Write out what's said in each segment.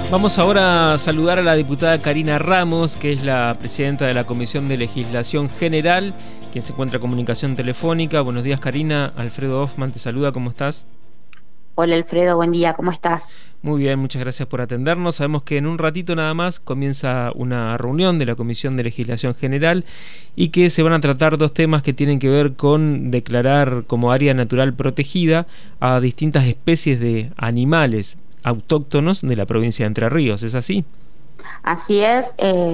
Vamos ahora a saludar a la diputada Karina Ramos, que es la presidenta de la Comisión de Legislación General, quien se encuentra en comunicación telefónica. Buenos días, Karina. Alfredo Hoffman te saluda. ¿Cómo estás? Hola, Alfredo. Buen día. ¿Cómo estás? Muy bien, muchas gracias por atendernos. Sabemos que en un ratito nada más comienza una reunión de la Comisión de Legislación General y que se van a tratar dos temas que tienen que ver con declarar como área natural protegida a distintas especies de animales autóctonos de la provincia de Entre Ríos. ¿Es así? Así es.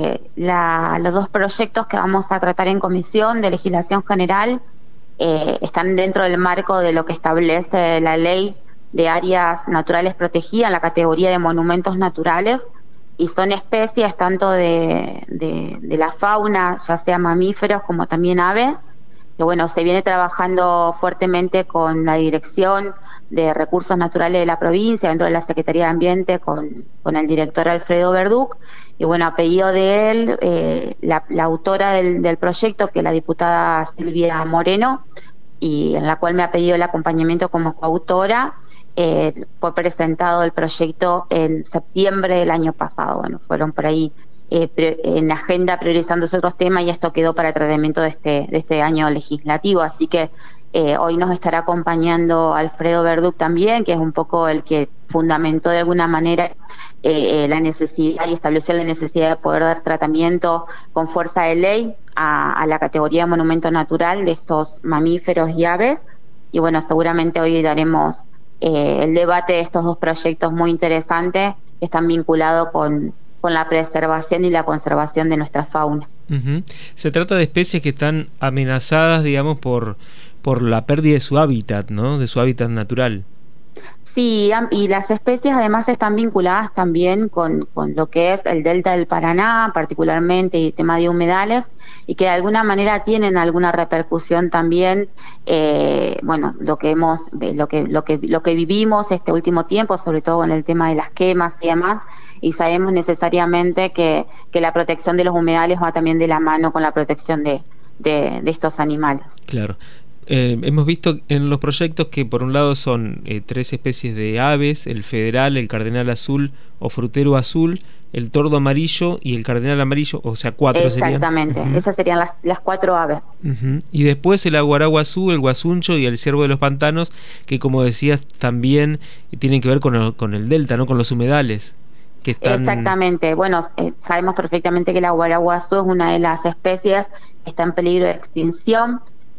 Los dos proyectos que vamos a tratar en Comisión de Legislación General están dentro del marco de lo que establece la Ley de Áreas Naturales Protegidas en la categoría de monumentos naturales, y son especies tanto de la fauna, ya sea mamíferos como también aves, que bueno, se viene trabajando fuertemente con la Dirección de Recursos Naturales de la provincia, dentro de la Secretaría de Ambiente, con el director Alfredo Verduc, y bueno, a pedido de él, la autora del proyecto, que es la diputada Silvia Moreno, y en la cual me ha pedido el acompañamiento como coautora, fue presentado el proyecto en septiembre del año pasado. Bueno, fueron por ahí en la agenda priorizándose otros temas y esto quedó para el tratamiento de este año legislativo, así que hoy nos estará acompañando Alfredo Verduc también, que es un poco el que fundamentó de alguna manera la necesidad y estableció la necesidad de poder dar tratamiento con fuerza de ley a la categoría de monumento natural de estos mamíferos y aves. Y bueno, seguramente hoy daremos el debate de estos dos proyectos muy interesantes que están vinculados con la preservación y la conservación de nuestra fauna. Uh-huh. Se trata de especies que están amenazadas, digamos, por la pérdida de su hábitat, ¿no? De su hábitat natural. Sí, y las especies además están vinculadas también con lo que es el delta del Paraná, particularmente, y el tema de humedales, y que de alguna manera tienen alguna repercusión también, bueno, lo que vivimos este último tiempo, sobre todo con el tema de las quemas y demás, y sabemos necesariamente que la protección de los humedales va también de la mano con la protección de estos animales. Claro. Hemos visto en los proyectos que por un lado son 3 especies de aves: el federal, el cardenal azul o frutero azul, el tordo amarillo y el cardenal amarillo, o sea, 4 serían. Exactamente, uh-huh. Esas serían las 4 aves. Uh-huh. Y después el aguaragua azul, el guasuncho y el ciervo de los pantanos, que como decías también tienen que ver con el delta, ¿no? Con los humedales. Que están... Exactamente. Bueno, sabemos perfectamente que el aguaragua azul es una de las especies que está en peligro de extinción.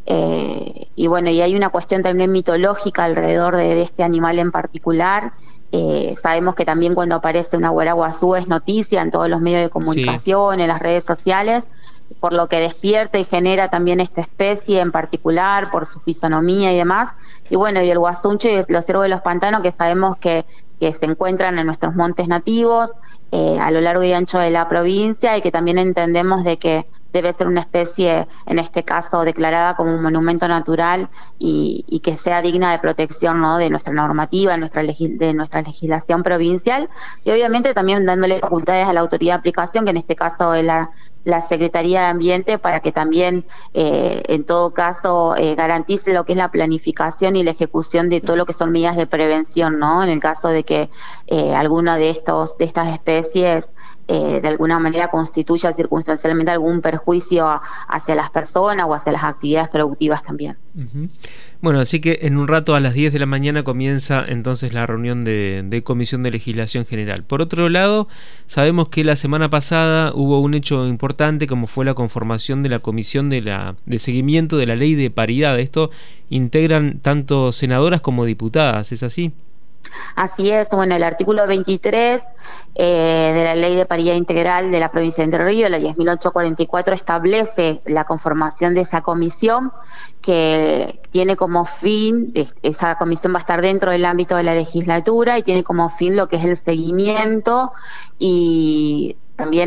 Y bueno, y hay una cuestión también mitológica alrededor de este animal en particular. Sabemos que también cuando aparece una guaraguazú es noticia en todos los medios de comunicación, sí, en las redes sociales, por lo que despierta y genera también esta especie en particular, por su fisonomía y demás. Y bueno, y el guasuncho y los ciervos de los pantanos, que sabemos que se encuentran en nuestros montes nativos, a lo largo y ancho de la provincia, y que también entendemos de que debe ser una especie, en este caso, declarada como un monumento natural y que sea digna de protección, ¿no? De nuestra normativa, de nuestra legislación provincial, y obviamente también dándole facultades a la autoridad de aplicación, que en este caso es la Secretaría de Ambiente, para que también, en todo caso, garantice lo que es la planificación y la ejecución de todo lo que son medidas de prevención, ¿no? En el caso de que alguna de estas especies de alguna manera constituya circunstancialmente algún perjuicio hacia las personas o hacia las actividades productivas también. Uh-huh. Bueno, así que en un rato a las 10 de la mañana comienza entonces la reunión de Comisión de Legislación General. Por otro lado, sabemos que la semana pasada hubo un hecho importante, como fue la conformación de la Comisión de Seguimiento de la Ley de Paridad. Esto integran tanto senadoras como diputadas, ¿es así? Así es. Bueno, el artículo 23 de la Ley de Paridad Integral de la provincia de Entre Ríos, la 10.844, establece la conformación de esa comisión, que tiene como fin, esa comisión va a estar dentro del ámbito de la legislatura y tiene como fin lo que es el seguimiento y también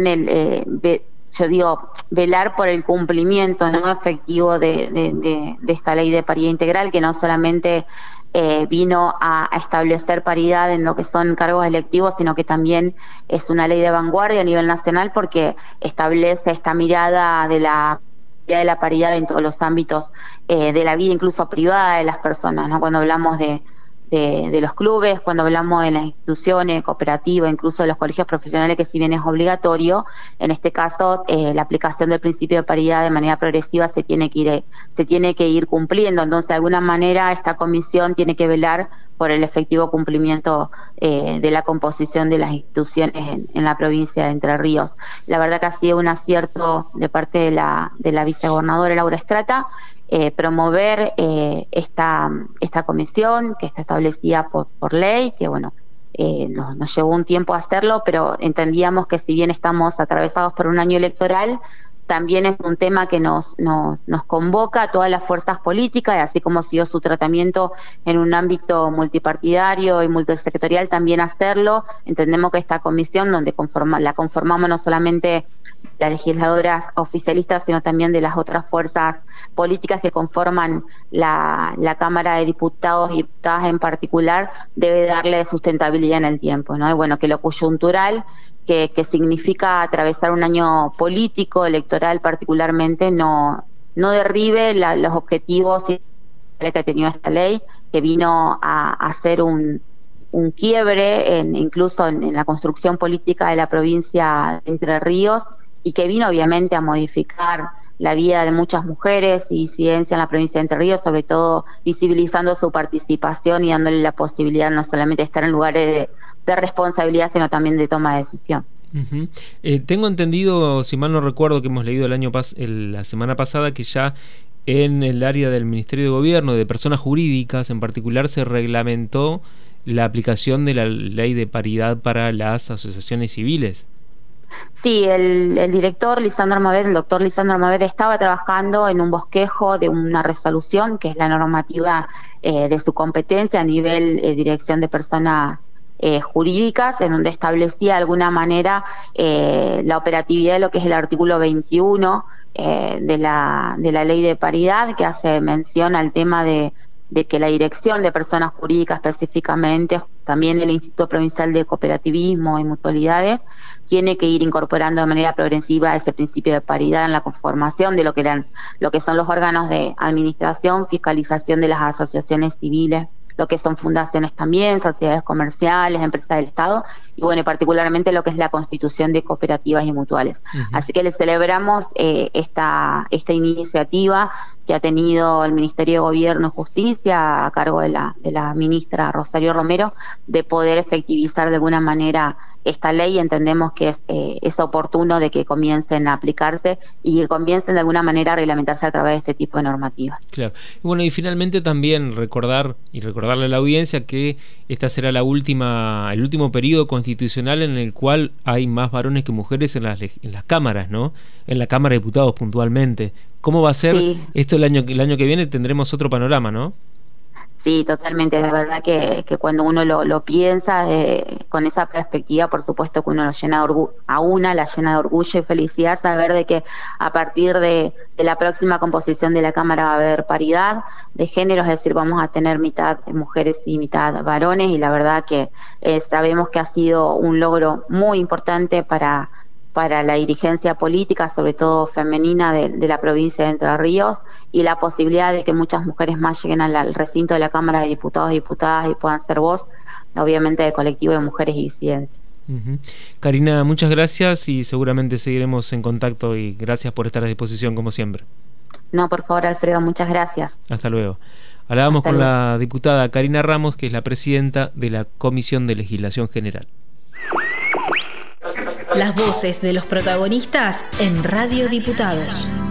velar por el cumplimiento, ¿no?, efectivo de esta Ley de Paridad Integral, que no solamente vino a establecer paridad en lo que son cargos electivos, sino que también es una ley de vanguardia a nivel nacional, porque establece esta mirada de la paridad en todos los ámbitos de la vida, incluso privada de las personas, ¿no? Cuando hablamos de de los clubes, cuando hablamos de las instituciones, cooperativas, incluso de los colegios profesionales, que si bien es obligatorio, en este caso la aplicación del principio de paridad de manera progresiva se tiene que ir cumpliendo. Entonces, de alguna manera, esta comisión tiene que velar por el efectivo cumplimiento de la composición de las instituciones en la provincia de Entre Ríos. La verdad que ha sido un acierto de parte de la vicegobernadora Laura Strata, promover esta comisión que está establecida por ley, que bueno, nos llevó un tiempo hacerlo, pero entendíamos que si bien estamos atravesados por un año electoral, también es un tema que nos convoca a todas las fuerzas políticas, y así como siguió su tratamiento en un ámbito multipartidario y multisectorial, también hacerlo. Entendemos que esta comisión, donde la conformamos no solamente las legisladoras oficialistas, sino también de las otras fuerzas políticas que conforman la Cámara de Diputados y Diputadas en particular, debe darle sustentabilidad en el tiempo, ¿no? Y bueno, que lo coyuntural, que significa atravesar un año político, electoral particularmente, no derribe los objetivos que ha tenido esta ley, que vino a hacer un quiebre incluso en la construcción política de la provincia de Entre Ríos, y que vino obviamente a modificar la vida de muchas mujeres y disidencia en la provincia de Entre Ríos, sobre todo visibilizando su participación y dándole la posibilidad no solamente de estar en lugares de responsabilidad, sino también de toma de decisión. Uh-huh. Tengo entendido, si mal no recuerdo, que hemos leído la semana pasada, que ya en el área del Ministerio de Gobierno, de personas jurídicas en particular, se reglamentó la aplicación de la ley de paridad para las asociaciones civiles. Sí, el doctor Lisandro Almaver estaba trabajando en un bosquejo de una resolución, que es la normativa de su competencia a nivel dirección de personas jurídicas, en donde establecía de alguna manera la operatividad de lo que es el artículo 21 de la ley de paridad, que hace mención al tema de que la dirección de personas jurídicas, específicamente también el Instituto Provincial de Cooperativismo y Mutualidades, tiene que ir incorporando de manera progresiva ese principio de paridad en la conformación de lo que son los órganos de administración, fiscalización de las asociaciones civiles, lo que son fundaciones también, sociedades comerciales, empresas del Estado, y bueno, particularmente lo que es la constitución de cooperativas y mutuales. Uh-huh. Así que le celebramos esta iniciativa que ha tenido el Ministerio de Gobierno y Justicia a cargo de la ministra Rosario Romero, de poder efectivizar de alguna manera esta ley. Entendemos que es oportuno de que comiencen a aplicarse y que comiencen de alguna manera a reglamentarse a través de este tipo de normativas. Claro. Bueno, y finalmente también recordarle a la audiencia que esta será el último periodo constitucional en el cual hay más varones que mujeres en las cámaras, ¿no? En la Cámara de Diputados puntualmente. ¿Cómo va a ser esto el año que viene? Tendremos otro panorama, ¿no? Sí, totalmente. La verdad que cuando uno lo piensa con esa perspectiva, por supuesto que uno la llena de orgullo y felicidad saber de que a partir de la próxima composición de la Cámara va a haber paridad de género, es decir, vamos a tener mitad mujeres y mitad varones, y la verdad que sabemos que ha sido un logro muy importante para la dirigencia política, sobre todo femenina, de la provincia de Entre Ríos, y la posibilidad de que muchas mujeres más lleguen al recinto de la Cámara de Diputados y Diputadas y puedan ser voz, obviamente, del colectivo de mujeres y disidencias. Uh-huh. Karina, muchas gracias y seguramente seguiremos en contacto, y gracias por estar a disposición como siempre. No, por favor, Alfredo, muchas gracias. Hasta luego. Hablábamos con la diputada Karina Ramos, que es la presidenta de la Comisión de Legislación General. Las voces de los protagonistas en Radio Diputados.